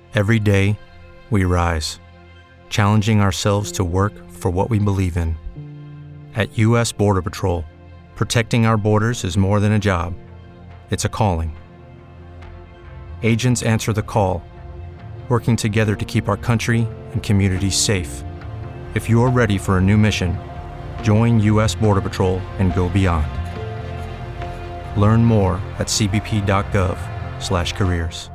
Every day, we rise, challenging ourselves to work for what we believe in. At U.S. Border Patrol, protecting our borders is more than a job. It's a calling. Agents answer the call, working together to keep our country and communities safe. If you're ready for a new mission, join U.S. Border Patrol and go beyond. Learn more at cbp.gov/careers.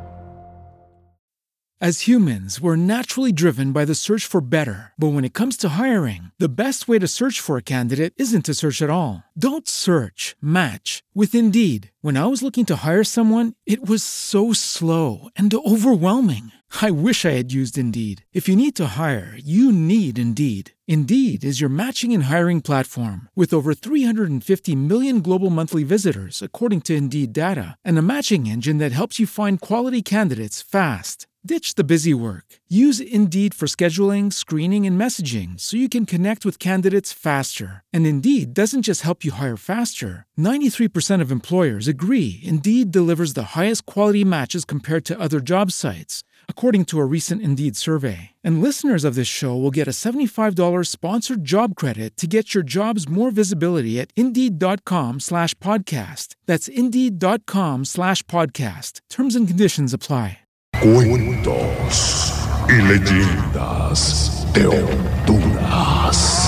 As humans, we're naturally driven by the search for better. But when it comes to hiring, the best way to search for a candidate isn't to search at all. Don't search, match with Indeed. When I was looking to hire someone, it was so slow and overwhelming. I wish I had used Indeed. If you need to hire, you need Indeed. Indeed is your matching and hiring platform with over 350 million global monthly visitors, according to Indeed data, and a matching engine that helps you find quality candidates fast. Ditch the busy work. Use Indeed for scheduling, screening, and messaging so you can connect with candidates faster. And Indeed doesn't just help you hire faster. 93% of employers agree Indeed delivers the highest quality matches compared to other job sites, according to a recent Indeed survey. And listeners of this show will get a $75 sponsored job credit to get your jobs more visibility at Indeed.com/podcast. That's Indeed.com/podcast. Terms and conditions apply. Cuentos y leyendas de Honduras.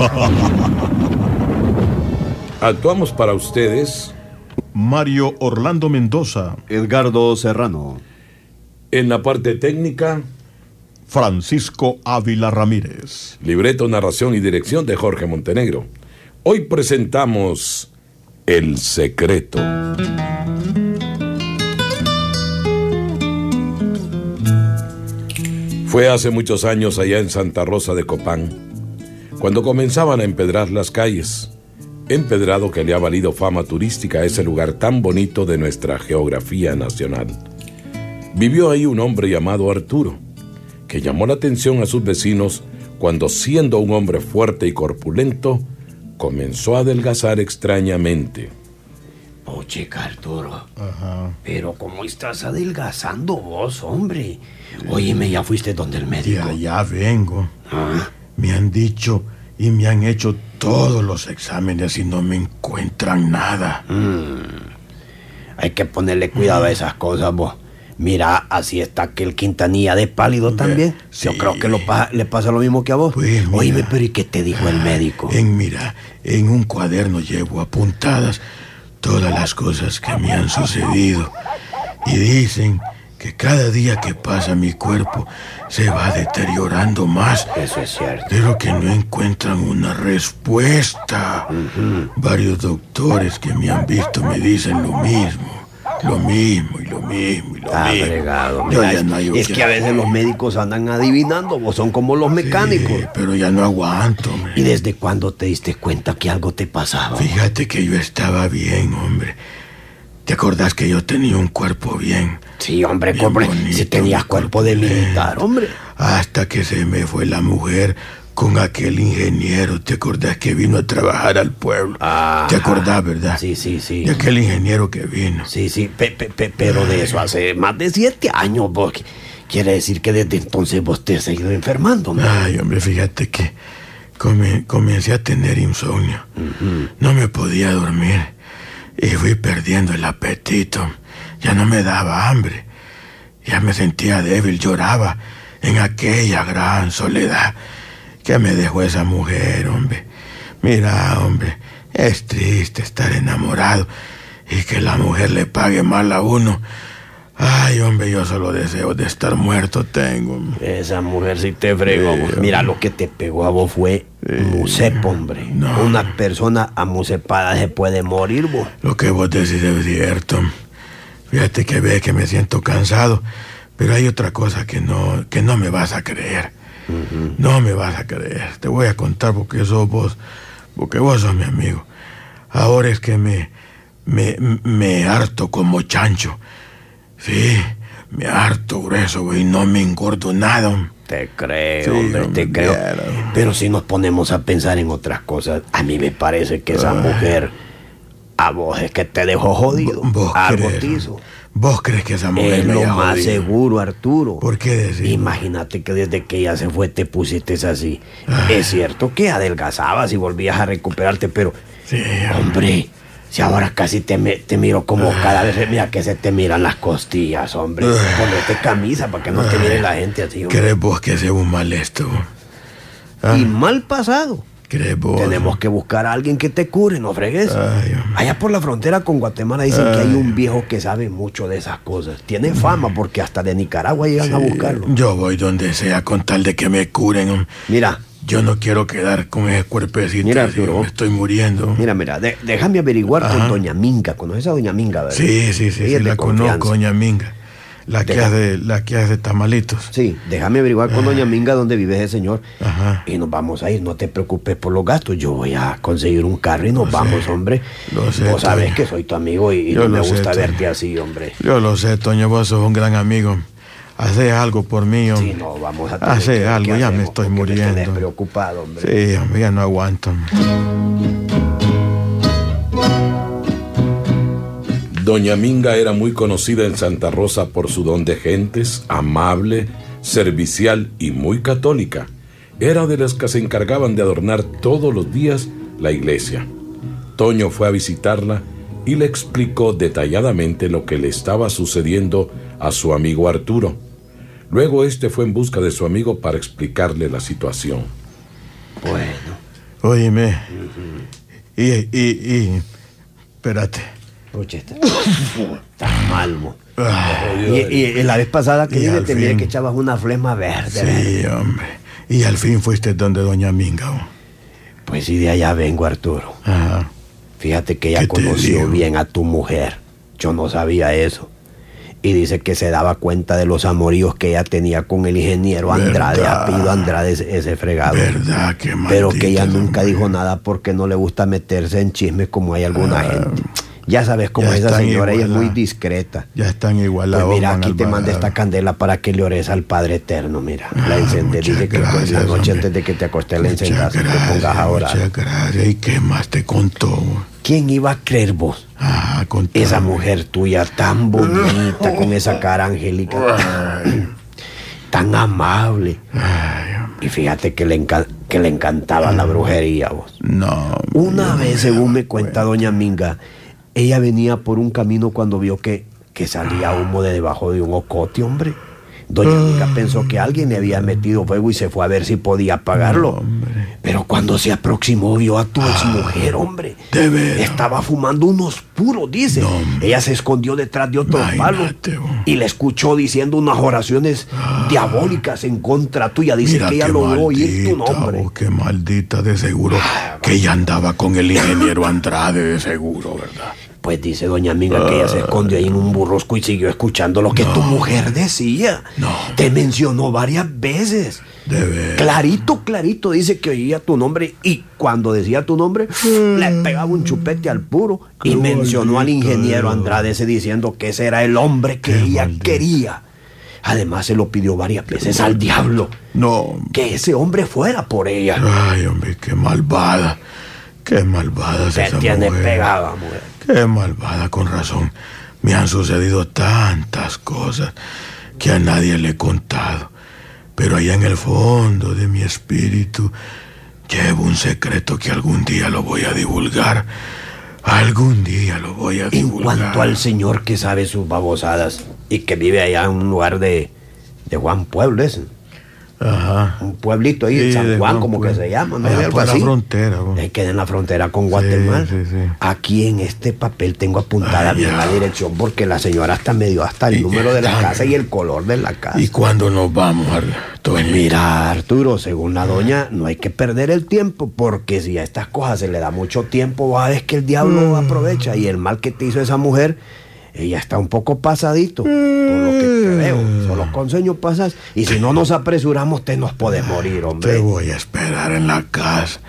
Actuamos para ustedes Mario Orlando Mendoza, Edgardo Serrano. En la parte técnica, Francisco Ávila Ramírez. libreto, narración y dirección de Jorge Montenegro. Hoy presentamos El Secreto. Fue hace muchos años allá en Santa Rosa de Copán, cuando comenzaban a empedrar las calles, empedrado que le ha valido fama turística a ese lugar tan bonito de nuestra geografía nacional. Vivió ahí un hombre llamado Arturo, que llamó la atención a sus vecinos cuando, siendo un hombre fuerte y corpulento, comenzó a adelgazar extrañamente. Oh, chica, Arturo. Ajá. Pero ¿cómo estás adelgazando vos, hombre? Óyeme, ¿ya fuiste donde el médico? Ya vengo. ¿Ah? Me han dicho y me han hecho todos los exámenes y no me encuentran nada. Hay que ponerle cuidado a esas cosas, vos. Mira, así está aquel Quintanilla de pálido también. Sí. Yo creo que le pasa lo mismo que a vos. Pues, mira. Óyeme, pero ¿y qué te dijo el médico? En un cuaderno llevo apuntadas todas las cosas que me han sucedido. Y dicen que cada día que pasa mi cuerpo se va deteriorando más. Eso es cierto. Pero que no encuentran una respuesta. Varios doctores que me han visto me dicen lo mismo. Lo mismo. Fregado. Yo Mira, ya no hallo es qué que a veces los médicos andan adivinando, vos son como los mecánicos. Sí, pero ya no aguanto, hombre. ¿Y desde cuándo te diste cuenta que algo te pasaba? Fíjate que yo estaba bien, hombre. ¿Te acordás que yo tenía un cuerpo bien? Sí, hombre, Bien bonito, si tenías cuerpo de militar, hombre. Hasta que se me fue la mujer con aquel ingeniero. ¿Te acordás que vino a trabajar al pueblo? Ajá. ¿Te acordás, verdad? Sí. De aquel ingeniero que vino. Sí, pero de eso hace más de 7 años, vos. Quiere decir que desde entonces vos te has ido enfermando, hombre. Ay, hombre, fíjate que comencé a tener insomnio. No me podía dormir. Y fui perdiendo el apetito. Ya no me daba hambre. Ya me sentía débil, lloraba en aquella gran soledad que me dejó esa mujer, hombre. Mira, hombre, es triste estar enamorado y que la mujer le pague mal a uno. Ay, hombre, yo solo deseo de estar muerto tengo. Esa mujer sí te fregó. Mira, lo que te pegó a vos fue mucepo, hombre. No. Una persona amucepada se puede morir, vos. Lo que vos decís es cierto. Fíjate que ve que me siento cansado, pero hay otra cosa que no me vas a creer. No me vas a creer. Te voy a contar porque vos sos mi amigo. Ahora es que me harto como chancho. Sí, me harto grueso, güey, no me engordo nada. Te creo, Sí, hombre, hombre, te creo. claro. Pero si nos ponemos a pensar en otras cosas, a mí me parece que esa mujer a vos es que te dejó jodido. ¿Vos algo crees? te hizo. ¿Vos crees que esa mujer Es me lo haya más jodido? seguro, Arturo. ¿Por qué decir? Imagínate que desde que ella se fue te pusiste así. Es cierto que adelgazabas y volvías a recuperarte, pero... Sí, hombre, si ahora casi te miro como cada vez... Mira que se te miran las costillas, hombre. Ponete camisa para que no te mire la gente así, hombre. ¿crees vos que sea un mal esto? Y mal pasado. ¿Crees vos? Tenemos que buscar a alguien que te cure, no fregues. Ay, hombre. Allá por la frontera con Guatemala dicen que hay un viejo que sabe mucho de esas cosas. Tiene fama porque hasta de Nicaragua llegan a buscarlo. Yo voy donde sea con tal de que me curen, hombre. Mira, Yo no quiero quedar con ese cuerpecito. Mira, así, Arturo. me estoy muriendo. mira, déjame averiguar con doña Minga. ¿Conoces a doña Minga, verdad? Sí, Ella sí, es de la confianza. conozco, doña Minga. La que hace tamalitos. Sí, déjame averiguar con doña Minga dónde vive ese señor. Ajá. Y nos vamos a ir, no te preocupes por los gastos. Yo voy a conseguir un carro y nos vamos, hombre. Lo sé, Vos sabés Toño. que soy tu amigo y Yo no me lo sé, gusta Toño. verte así, hombre. Yo lo sé, Toño, vos sos un gran amigo. Hacé algo por mí, hombre. Sí, no, vamos a tener Hacé que ver algo, qué ya me hacemos, estoy porque me tenés muriendo. preocupado, hombre. Sí, hombre, ya no aguanto. Doña Minga era muy conocida en Santa Rosa por su don de gentes, amable, servicial y muy católica. Era de las que se encargaban de adornar todos los días la iglesia. Toño fue a visitarla y le explicó detalladamente lo que le estaba sucediendo a su amigo Arturo. Luego este fue en busca de su amigo para explicarle la situación. Bueno, Óyeme. Espérate. pucha, está mal, mo. Ah, Y la vez pasada que Y vine al te miré fin. que echabas una flema verde. ¿verdad? sí, hombre. Y al fin fuiste donde doña Minga. Oh. Pues sí, de allá vengo, Arturo. Ajá. Fíjate que ella ¿Qué te conoció digo? bien a tu mujer. Yo no sabía eso. Y dice que se daba cuenta de los amoríos que ella tenía con el ingeniero Andrade, ¿Verdad? apellido Andrade, ese fregado. Verdad, qué Pero que ella maldita nunca mujer. dijo nada porque no le gusta meterse en chismes como hay alguna gente. Ya sabes cómo ya es esa están señora, ella es muy igualadas. discreta. Ya están Pues igualados. mira, Juan aquí te manda Alvarado. esta candela para que le ores al Padre Eterno, mira. La encendé, Muchas dice que pues, gracias, la noche hombre. antes de que te acostes la Muchas encendas y te pongas a orar. Muchas gracias. ¿Y qué más te contó? ¿Quién iba a creer vos? Ah, contame. Esa mujer tuya tan bonita, con esa cara angélica, tan amable. Ay, Y fíjate que le encantaba la brujería, vos. no. Una yo vez, me según me acuerdo. cuenta doña Minga, ella venía por un camino cuando vio que salía humo de debajo de un ocote, hombre. Doña Minga pensó que alguien le había metido fuego y se fue a ver si podía apagarlo. Pero cuando se aproximó vio a tu exmujer, hombre. ¿de veras? Estaba fumando unos puros, dice. Ella se escondió detrás de otro palo Imagínate, vos. y le escuchó diciendo unas oraciones diabólicas en contra tuya. Dice Mira que ella qué logró oír tu maldita, nombre. oh, qué maldita, de seguro. Que ella andaba con el ingeniero Andrade, de seguro, ¿verdad? Pues dice doña Minga que ella se escondió ahí en un burrosco y siguió escuchando lo que tu mujer decía. No. Te mencionó varias veces. De ver. Clarito dice que oía tu nombre y cuando decía tu nombre le pegaba un chupete al puro y Qué mencionó al maldita, ingeniero Dios. Andrade ese diciendo que ese era el hombre que Qué ella maldita. quería. Además se lo pidió varias veces al diablo No. que ese hombre fuera por ella. Ay, hombre, qué malvada. Qué malvada es Se esa tiene mujer. pegada, mujer. Qué malvada, con razón. Me han sucedido tantas cosas que a nadie le he contado. Pero allá en el fondo de mi espíritu llevo un secreto que algún día lo voy a divulgar. Algún día lo voy a En divulgar. cuanto al señor que sabe sus babosadas y que vive allá en un lugar de Juan Pueblo, ese. Ajá. Un pueblito ahí, Sí, San de Juan, Juan como que Pueblo. se llama, ¿no? Allá Algo por la así. frontera, vos. Queda en la frontera con Guatemala. sí, sí. Aquí en este papel tengo apuntada bien la dirección porque la señora hasta me dio hasta el Y número de la está- casa y el color de la casa. ¿Y cuándo nos vamos, Pues mira, Arturo, según la doña, no hay que perder el tiempo, porque si a estas cosas se le da mucho tiempo, va a ver que el diablo aprovecha y el mal que te hizo esa mujer, ella está un poco pasadito, por lo que te veo. Solo con sueño pasas y si no nos apresuramos, te nos puedes morir, Te hombre. voy a esperar en la casa.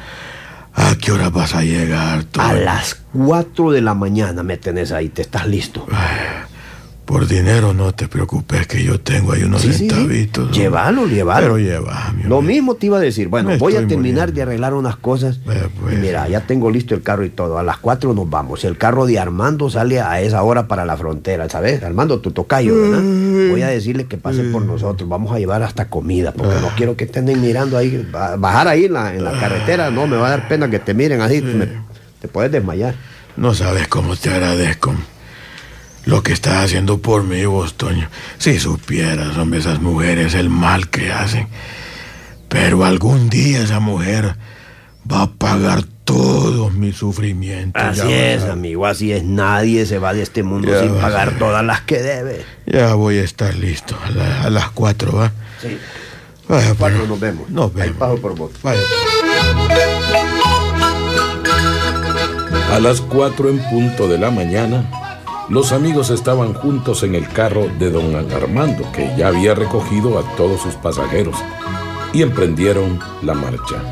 ¿A qué hora vas a llegar tú? A las 4 de la mañana me tenés ahí, te estás listo. Por dinero no te preocupes, que yo tengo ahí unos centavitos. Sí. Llévalo. Pero llévame. Lo mismo te iba a decir. Bueno, voy a terminar muriendo de arreglar unas cosas. Pues. Y mira, ya tengo listo el carro y todo. A las 4 nos vamos. El carro de Armando sale a esa hora para la frontera, ¿sabes? Armando, tu tocayo, ¿verdad? Voy a decirle que pase por nosotros. Vamos a llevar hasta comida, porque no quiero que te anden mirando ahí. Bajar ahí en la carretera, no, me va a dar pena que te miren así. Te puedes desmayar. No sabes cómo te agradezco lo que estás haciendo por mí, vos, Toño. Si supieras, hombre, esas mujeres, el mal que hacen. Pero algún día esa mujer va a pagar todos mis sufrimientos. Así es, amigo, así es. Nadie se va de este mundo sin pagar todas las que debe. Ya voy a estar listo. A las 4, ¿va? Sí. Vaya, 4 nos vemos. Ahí paso por vos. Vaya. A las 4 en punto de la mañana, los amigos estaban juntos en el carro de don Armando, que ya había recogido a todos sus pasajeros, y emprendieron la marcha.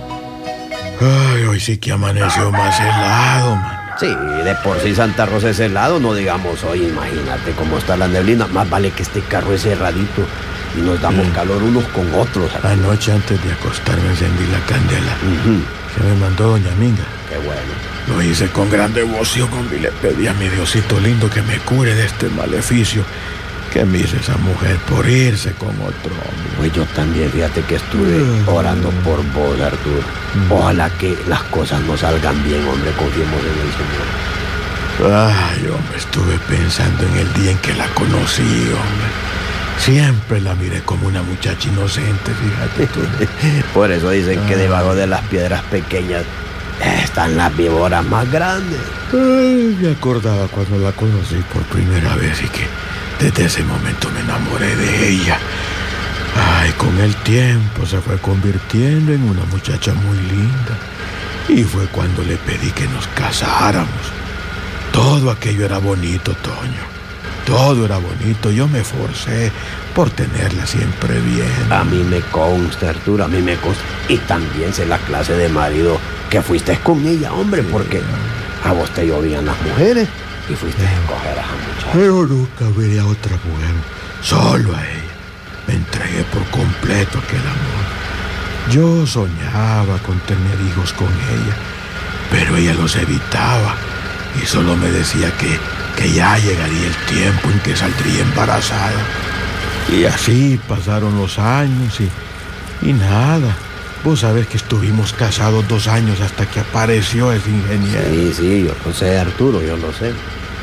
Ay, hoy sí que amaneció más helado, man. Sí, de por sí Santa Rosa es helado, no digamos hoy, imagínate cómo está la neblina. Más vale que este carro es cerradito y nos damos calor unos con otros. Anoche antes de acostarme encendí la candela que me mandó doña Minga. Qué bueno. Lo hice con gran devoción y le pedí a mi Diosito lindo que me cure de este maleficio que me hizo esa mujer por irse con otro hombre. Pues yo también, fíjate que estuve orando por vos, Arturo. Ojalá que las cosas no salgan bien, hombre, confiemos en el Señor. Ay, hombre, estuve pensando en el día en que la conocí, hombre. Siempre la miré como una muchacha inocente, fíjate tú. Por eso dicen que debajo de las piedras pequeñas están las víboras más grandes. Ay, me acordaba cuando la conocí por primera vez y que desde ese momento me enamoré de ella. Ay, con el tiempo se fue convirtiendo en una muchacha muy linda. Y fue cuando le pedí que nos casáramos. Todo aquello era bonito, Toño. Todo era bonito. Yo me esforcé por tenerla siempre bien. A mí me consta, Arturo, a mí me consta. Y también sé la clase de marido que fuiste con ella, hombre, porque a vos te llovían las mujeres y fuiste a escoger a esa muchacha. Pero nunca miré a otra mujer, solo a ella. Me entregué por completo a aquel amor. Yo soñaba con tener hijos con ella, pero ella los evitaba y solo me decía que ya llegaría el tiempo en que saldría embarazada. Y así pasaron los años y nada. Vos sabés que estuvimos casados 2 años hasta que apareció ese ingeniero. Sí, yo lo sé, Arturo, yo lo sé.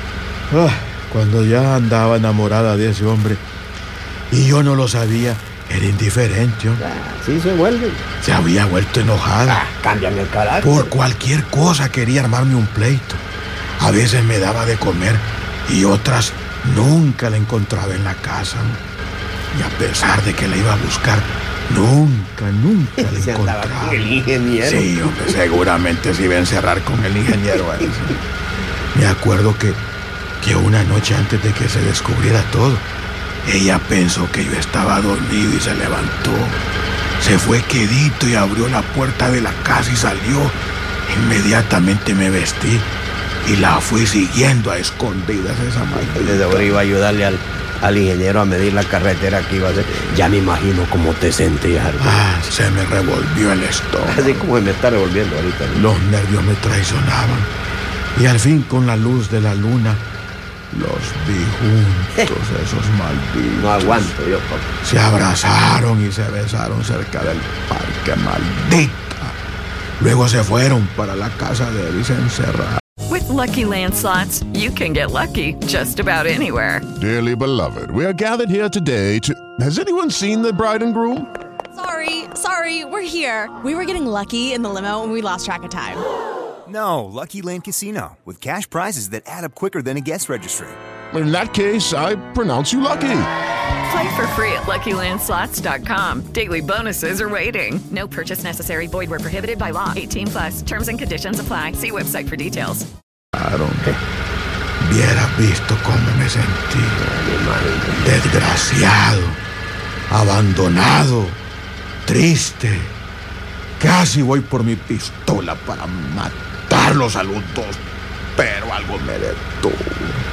Cuando ya andaba enamorada de ese hombre y yo no lo sabía, era indiferente, hombre. Sí se vuelve. Se había vuelto enojada. Cambian el carácter. Por cualquier cosa quería armarme un pleito. A veces me daba de comer y otras nunca la encontraba en la casa. Y a pesar de que la iba a buscar, nunca la encontraba. El ingeniero. Sí, hombre, seguramente se iba a encerrar con el ingeniero ese. Me acuerdo que una noche antes de que se descubriera todo, ella pensó que yo estaba dormido y se levantó. Se fue quedito y abrió la puerta de la casa y salió. Inmediatamente me vestí y la fui siguiendo a escondidas esa maldita. Desde ahora iba a ayudarle al ingeniero a medir la carretera que iba a hacer. Ya me imagino cómo te sentías. Se me revolvió el estómago. Así como me está revolviendo ahorita. Los nervios me traicionaban. Y al fin, con la luz de la luna, los vi juntos, esos malditos. No aguanto yo, papá. Se abrazaron y se besaron cerca del parque, maldita. Luego se fueron para la casa de él y se encerraron. With Lucky Land Slots, you can get lucky just about anywhere. Dearly beloved, we are gathered here today to... Has anyone seen the bride and groom? Sorry, we're here. We were getting lucky in the limo and we lost track of time. No, Lucky Land Casino, with cash prizes that add up quicker than a guest registry. In that case, I pronounce you lucky. Play for free at LuckyLandSlots.com. Daily bonuses are waiting. No purchase necessary. Void where prohibited by law. 18+. Terms and conditions apply. See website for details. Hubieras visto cómo me sentí. Desgraciado, abandonado, triste. Casi voy por mi pistola para matarlos a los dos, pero algo me detuvo.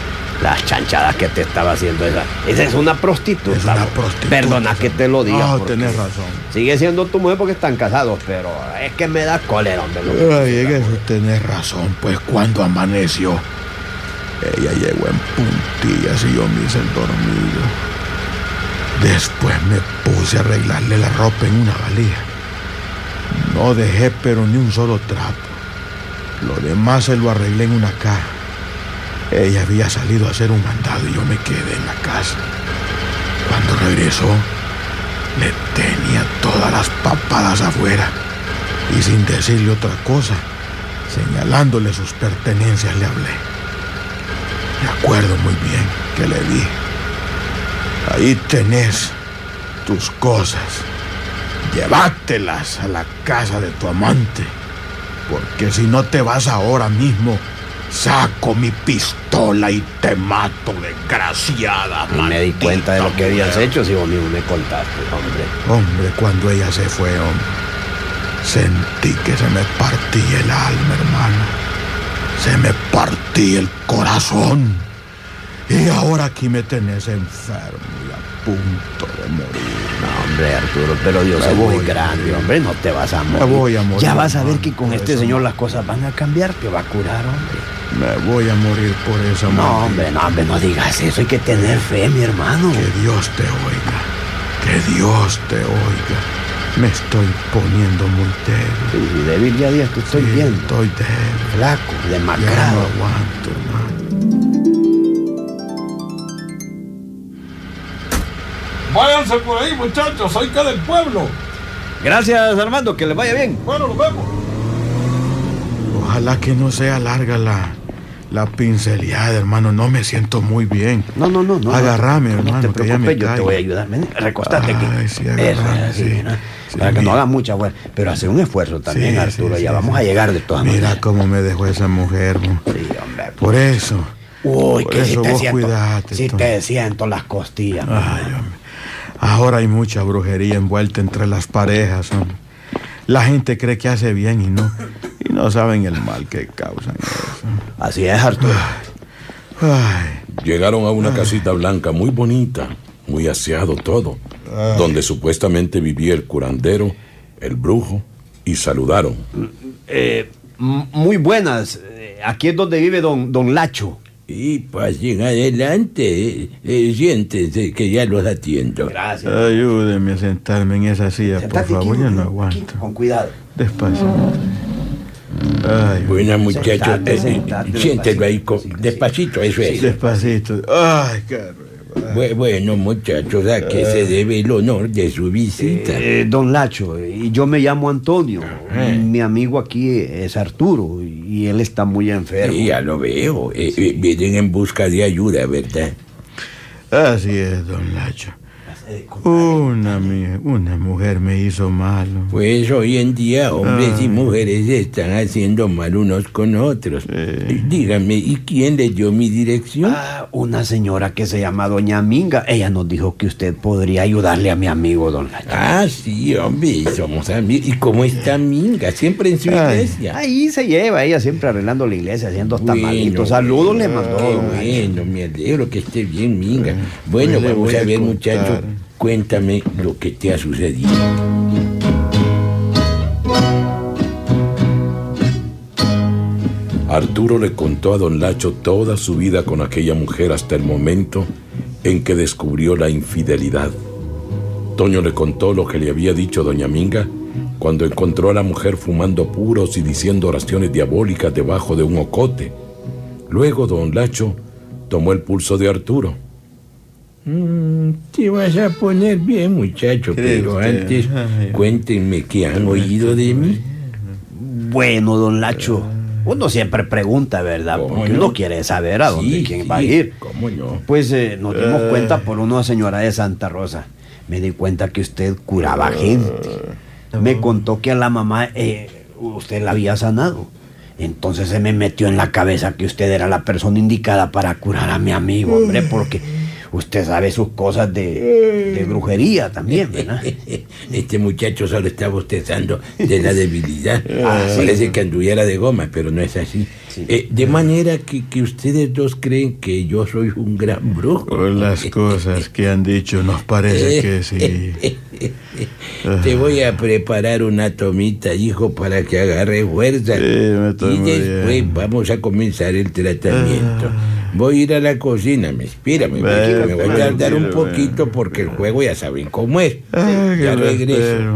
Las chanchadas que te estaba haciendo esa. Esa es una prostituta. Es una prostituta. Perdona que te lo diga. No, porque tenés razón. Sigue siendo tu mujer porque están casados, pero es que me da cólera, hombre. Ay, en eso tenés razón, pues cuando amaneció, ella llegó en puntillas y yo me hice el dormido. Después me puse a arreglarle la ropa en una valija. No dejé pero ni un solo trapo. Lo demás se lo arreglé en una caja. Ella había salido a hacer un mandado y yo me quedé en la casa. Cuando regresó, le tenía todas las papadas afuera. Y sin decirle otra cosa, señalándole sus pertenencias, le hablé. Me acuerdo muy bien que le dije: ahí tenés tus cosas. Llévatelas a la casa de tu amante. Porque si no te vas ahora mismo, saco mi pistola y te mato, desgraciada. Y me di cuenta de lo que habías hecho si vos mismo me contaste, hombre. Hombre, cuando ella se fue, hombre, sentí que se me partía el alma, hermano. Se me partía el corazón. Y ahora aquí me tenés enfermo y a punto de morir. No, hombre, Arturo, pero Dios es muy grande, hombre. No te vas a morir. Me voy a morir. Ya vas a ver que con por este eso. señor las cosas van a cambiar. Te va a curar, hombre. Me voy a morir por esa No, maldita. hombre, no digas eso. Hay que tener fe, mi hermano. Que Dios te oiga. Que Dios te oiga. Me estoy poniendo muy débil. Sí, débil ya te estoy Sí, viendo. estoy débil. Flaco, Ya demacrado. no aguanto, hermano. Váyanse por ahí, muchachos, soy que del pueblo. Gracias, Armando, que le vaya bien. Bueno, nos vemos. Ojalá que no sea larga la pinceleada, hermano. No me siento muy bien. No. Agárrame, hermano, No te que ya me preocupes, yo te caigo. voy a ayudar. Ven, recostate aquí. Ay, sí, agárrame, Eso, sí. ¿no? Sí, Para que no mira. haga mucha fuerza. Pero hacer un esfuerzo también, Sí, Arturo. sí, Ya sí, vamos sí. a llegar de todas Mira maneras. cómo me dejó esa mujer, mo. Sí, hombre. Por eso. Uy, por que si eso te vos siento. cuidate, Si tú. te siento las costillas. Ay, hombre. Ahora hay mucha brujería envuelta entre las parejas, hombre. La gente cree que hace bien y no saben el mal que causan eso. Así es, Arturo. Ay, Llegaron a una casita blanca muy bonita, muy aseado todo, donde supuestamente vivía el curandero, el brujo, y saludaron. Muy buenas. Aquí es donde vive don Lacho. Y pasen adelante, siéntense que ya los atiendo. Gracias. ayúdeme a sentarme en esa silla, por Sentate favor. aquí, Ya no aquí, aguanto. con cuidado. Despacio. Ay, Buena muchachos, Sentate, siéntelo ahí, despacito, sí, despacito, eso es. despacito. Ay, caramba. Bueno, muchachos, ¿a qué se debe el honor de su visita? Don Lacho, y yo me llamo Antonio. Mi amigo aquí es Arturo y él está muy enfermo. Sí, ya lo veo. Vienen en busca de ayuda, ¿verdad? Así es, don Lacho. Una mujer me hizo mal. Pues hoy en día hombres y mujeres se están haciendo mal unos con otros. Dígame, ¿y quién le dio mi dirección? Una señora que se llama Doña Minga. Ella nos dijo que usted podría ayudarle a mi amigo, don Lacho. Sí, hombre, somos amigos. ¿Y cómo está Minga? ¿Siempre en su iglesia? Ahí se lleva, ella siempre arreglando la iglesia, haciendo tamalitos. Saludos le mandó. Qué don Lacho. bueno, me alegro que esté bien, Minga. Bueno, pues le vamos voy a a ver, contar. muchacho. Cuéntame lo que te ha sucedido. Arturo le contó a don Lacho toda su vida con aquella mujer hasta el momento en que descubrió la infidelidad. Toño le contó lo que le había dicho doña Minga cuando encontró a la mujer fumando puros y diciendo oraciones diabólicas debajo de un ocote. Luego don Lacho tomó el pulso de Arturo. Te vas a poner bien, muchacho, pero usted? antes cuéntenme qué han oído de mí. Bueno, don Lacho, uno siempre pregunta, ¿verdad? ¿Cómo Porque no? uno quiere saber a dónde quién va a ir. ¿Cómo no? Pues nos dimos cuenta por una señora de Santa Rosa. Me di cuenta que usted curaba gente. Me contó que a la mamá usted la había sanado. Entonces se me metió en la cabeza que usted era la persona indicada para curar a mi amigo, hombre, porque usted sabe sus cosas de brujería también, ¿verdad? Este muchacho solo está bostezando de la debilidad. Sí. Parece que anduviera de goma, pero no es así. De manera que ustedes dos creen que yo soy un gran brujo. Por las cosas que han dicho, nos parece que sí. Te voy a preparar una tomita, hijo, para que agarre fuerza. Y después vamos a comenzar el tratamiento. Voy a ir a la cocina, espérame, me voy a tardar un poquito porque el juego ya saben cómo es. Ya regreso.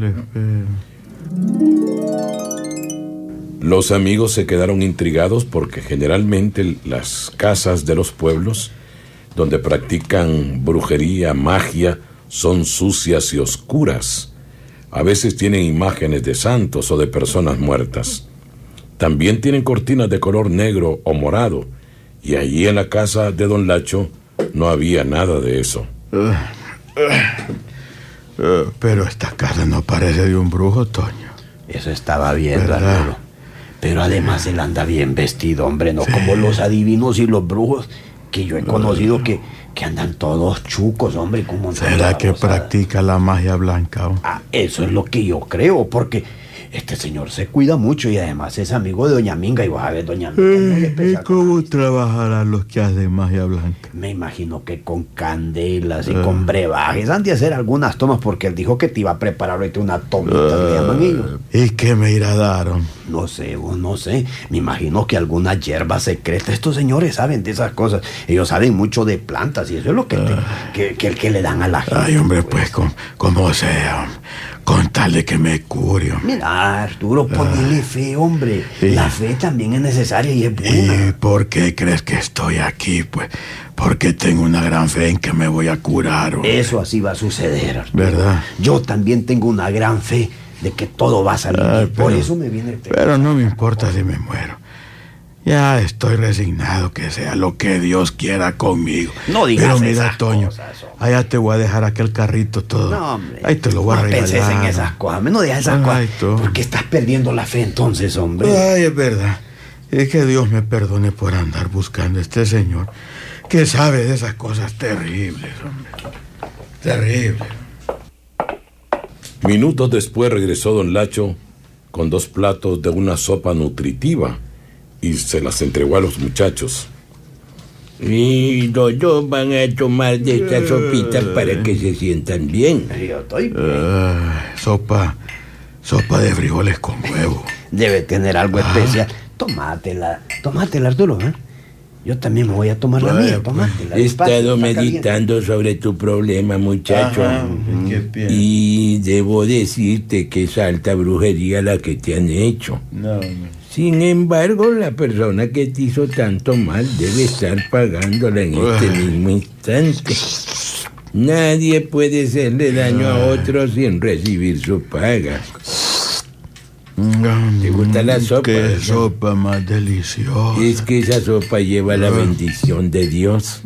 Los amigos se quedaron intrigados porque generalmente las casas de los pueblos donde practican brujería, magia, son sucias y oscuras. A veces tienen imágenes de santos o de personas muertas. También tienen cortinas de color negro o morado. Y allí en la casa de don Lacho no había nada de eso. Pero esta casa no parece de un brujo, Toño. Eso estaba viendo, Arturo. Pero además él anda bien vestido, hombre, no como los adivinos y los brujos que yo he conocido que andan todos chucos, hombre. ¿Será que practica la magia blanca? Eso es lo que yo creo, porque este señor se cuida mucho y además es amigo de doña Minga. Y vos sabés, doña Minga... ¿Y cómo trabajarán los que hacen magia blanca? Me imagino que con candelas y con brebajes han de hacer algunas tomas, porque él dijo que te iba a preparar ahorita una tomita, le llaman ellos. ¿Y qué me irá a dar? No sé, vos no sé. Me imagino que alguna hierba secreta. Estos señores saben de esas cosas. Ellos saben mucho de plantas y eso es lo que le dan a la gente. Ay, hombre, pues como sea, con tal de que me cure. Mira, Arturo, ponle fe, hombre. Sí. La fe también es necesaria y es buena. ¿Y por qué crees que estoy aquí? Pues porque tengo una gran fe en que me voy a curar. Eso así va a suceder, Arturo. ¿Verdad? Yo también tengo una gran fe de que todo va a salir bien. Por eso me viene el fe. Pero no me importa si me muero. Ya estoy resignado que sea lo que Dios quiera conmigo. No digas Pero mira, esas Toño, cosas, allá te voy a dejar aquel carrito todo. No, hombre. Ahí te lo voy a regalar. No penses en esas cosas. No digas esas cosas. Porque estás perdiendo la fe entonces, hombre. Ay, es verdad. Es que Dios me perdone por andar buscando a este señor que sabe de esas cosas terribles, hombre. Terribles. Minutos después regresó don Lacho con 2 platos de una sopa nutritiva y se las entregó a los muchachos. Y los dos van a tomar de esta sopita para que se sientan bien. Yo estoy bien. Sopa de frijoles con huevo. Debe tener algo especial. Tómatela, Arturo, ¿eh? Yo también me voy a tomar la mía, tómatela. He estado meditando sobre tu problema, muchacho. Y debo decirte que es alta brujería la que te han hecho. No. Sin embargo, la persona que te hizo tanto mal debe estar pagándola en este mismo instante. Nadie puede hacerle daño a otro sin recibir su paga. ¿Te gusta la sopa? ¡Qué sopa más deliciosa! Es que esa sopa lleva la bendición de Dios.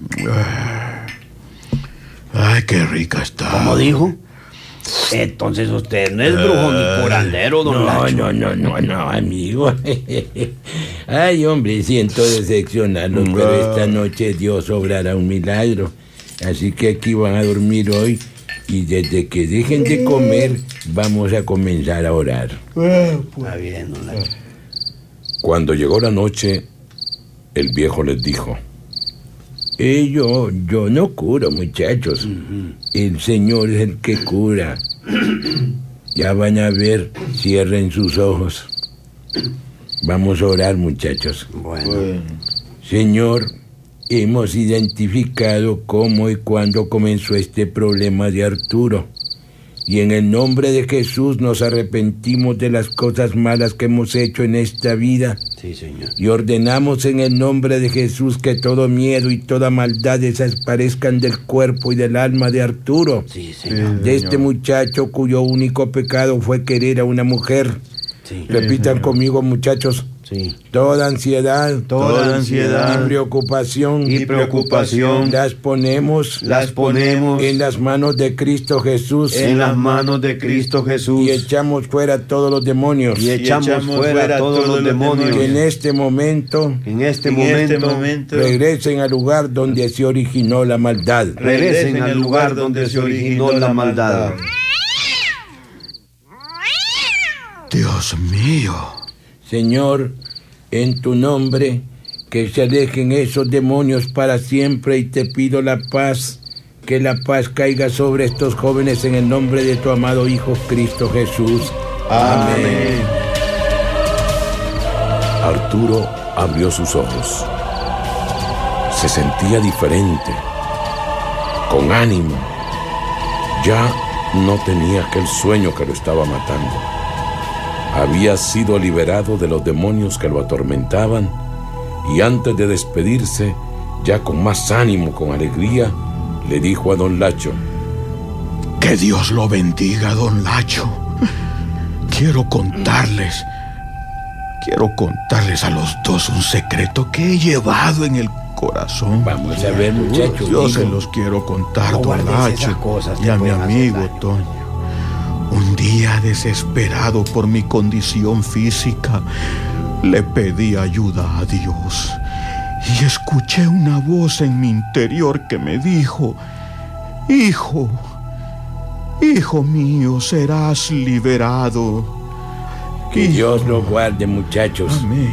¡Ay, qué rica está! ¿Cómo dijo? Entonces usted no es brujo ni curandero, don Lacho. No, amigo. Ay, hombre, siento decepcionarlos, pero esta noche Dios obrará un milagro. Así que aquí van a dormir hoy. Y desde que dejen de comer, vamos a comenzar a orar. Está bien, don Lacho. Cuando llegó la noche, el viejo les dijo: yo no curo, muchachos. El Señor es el que cura. Ya van a ver, cierren sus ojos. Vamos a orar, muchachos. Bueno. Señor, hemos identificado cómo y cuándo comenzó este problema de Arturo. Y en el nombre de Jesús nos arrepentimos de las cosas malas que hemos hecho en esta vida. Sí, Señor. Y ordenamos en el nombre de Jesús que todo miedo y toda maldad desaparezcan del cuerpo y del alma de Arturo. Sí, Señor. De este muchacho cuyo único pecado fue querer a una mujer. Sí. Repitan conmigo, muchachos. Sí. Toda ansiedad y preocupación las ponemos en las manos de Cristo Jesús. Y echamos fuera todos los demonios. Que en este momento regresen al lugar donde se originó la maldad. Dios mío. Señor, en tu nombre, que se alejen esos demonios para siempre, y te pido la paz, que la paz caiga sobre estos jóvenes en el nombre de tu amado Hijo Cristo Jesús. Amén. Arturo abrió sus ojos. Se sentía diferente, con ánimo. Ya no tenía aquel sueño que lo estaba matando. Había sido liberado de los demonios que lo atormentaban, y antes de despedirse, ya con más ánimo, con alegría, le dijo a don Lacho: Que Dios lo bendiga, don Lacho. Quiero contarles a los dos un secreto que he llevado en el corazón. Vamos a ver, muchachos. Yo se los quiero contar, don Lacho, y a mi amigo Toño. Un día, desesperado por mi condición física, le pedí ayuda a Dios, y escuché una voz en mi interior que me dijo: Hijo mío, serás liberado. Que Dios lo guarde, muchachos. Amén.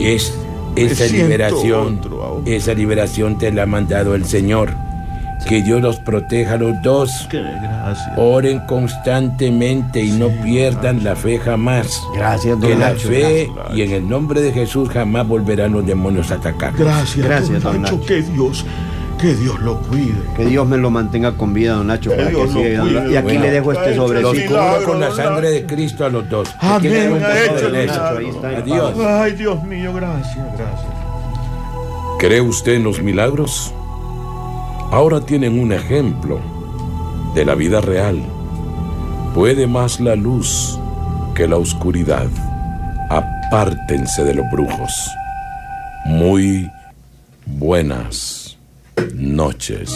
Esa liberación te la ha mandado el Señor. Que Dios los proteja a los dos. Gracias. Oren constantemente y no pierdan la fe jamás. Gracias, don Que la Nacho, fe gracias. y en el nombre de Jesús jamás volverán los demonios a atacar. Gracias, don Nacho. Que Dios lo cuide. Que Dios me lo mantenga con vida, don Nacho, para que Dios lo siga. cuide. Y aquí le dejo este Los sobrecito. cubro con la sangre de Cristo a los dos. Que Amén. tengan un buen Hecho, poder. Nacho, ahí está. Adiós. Ay, Dios mío, gracias. ¿Cree usted en los milagros? Ahora tienen un ejemplo de la vida real. Puede más la luz que la oscuridad. Apártense de los brujos. Muy buenas noches.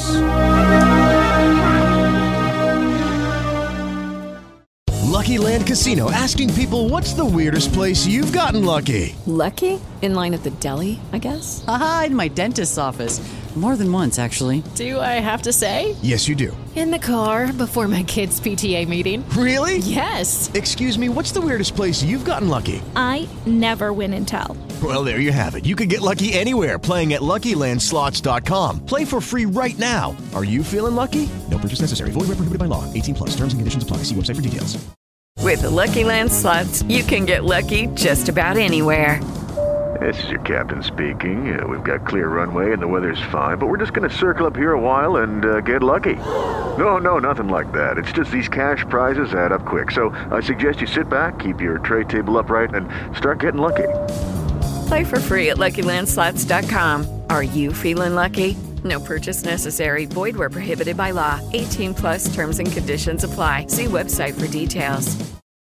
Lucky Land Casino, asking people, what's the weirdest place you've gotten lucky? Lucky? In line at the deli, I guess? Aha, in my dentist's office. More than once, actually. Do I have to say? Yes, you do. In the car before my kids' PTA meeting. Really? Yes. Excuse me, what's the weirdest place you've gotten lucky? I never win and tell. Well, there you have it. You can get lucky anywhere, playing at LuckyLandSlots.com. Play for free right now. Are you feeling lucky? No purchase necessary. Void where prohibited by law. 18+. Terms and conditions apply. See website for details. With the Lucky Land Slots, you can get lucky just about anywhere. This is your captain speaking. We've got clear runway and the weather's fine, but we're just going to circle up here a while and get lucky. No, nothing like that. It's just these cash prizes add up quick. So I suggest you sit back, keep your tray table upright, and start getting lucky. Play for free at LuckyLandSlots.com. Are you feeling lucky? No purchase necessary. Void where prohibited by law. 18+ terms and conditions apply. See website for details.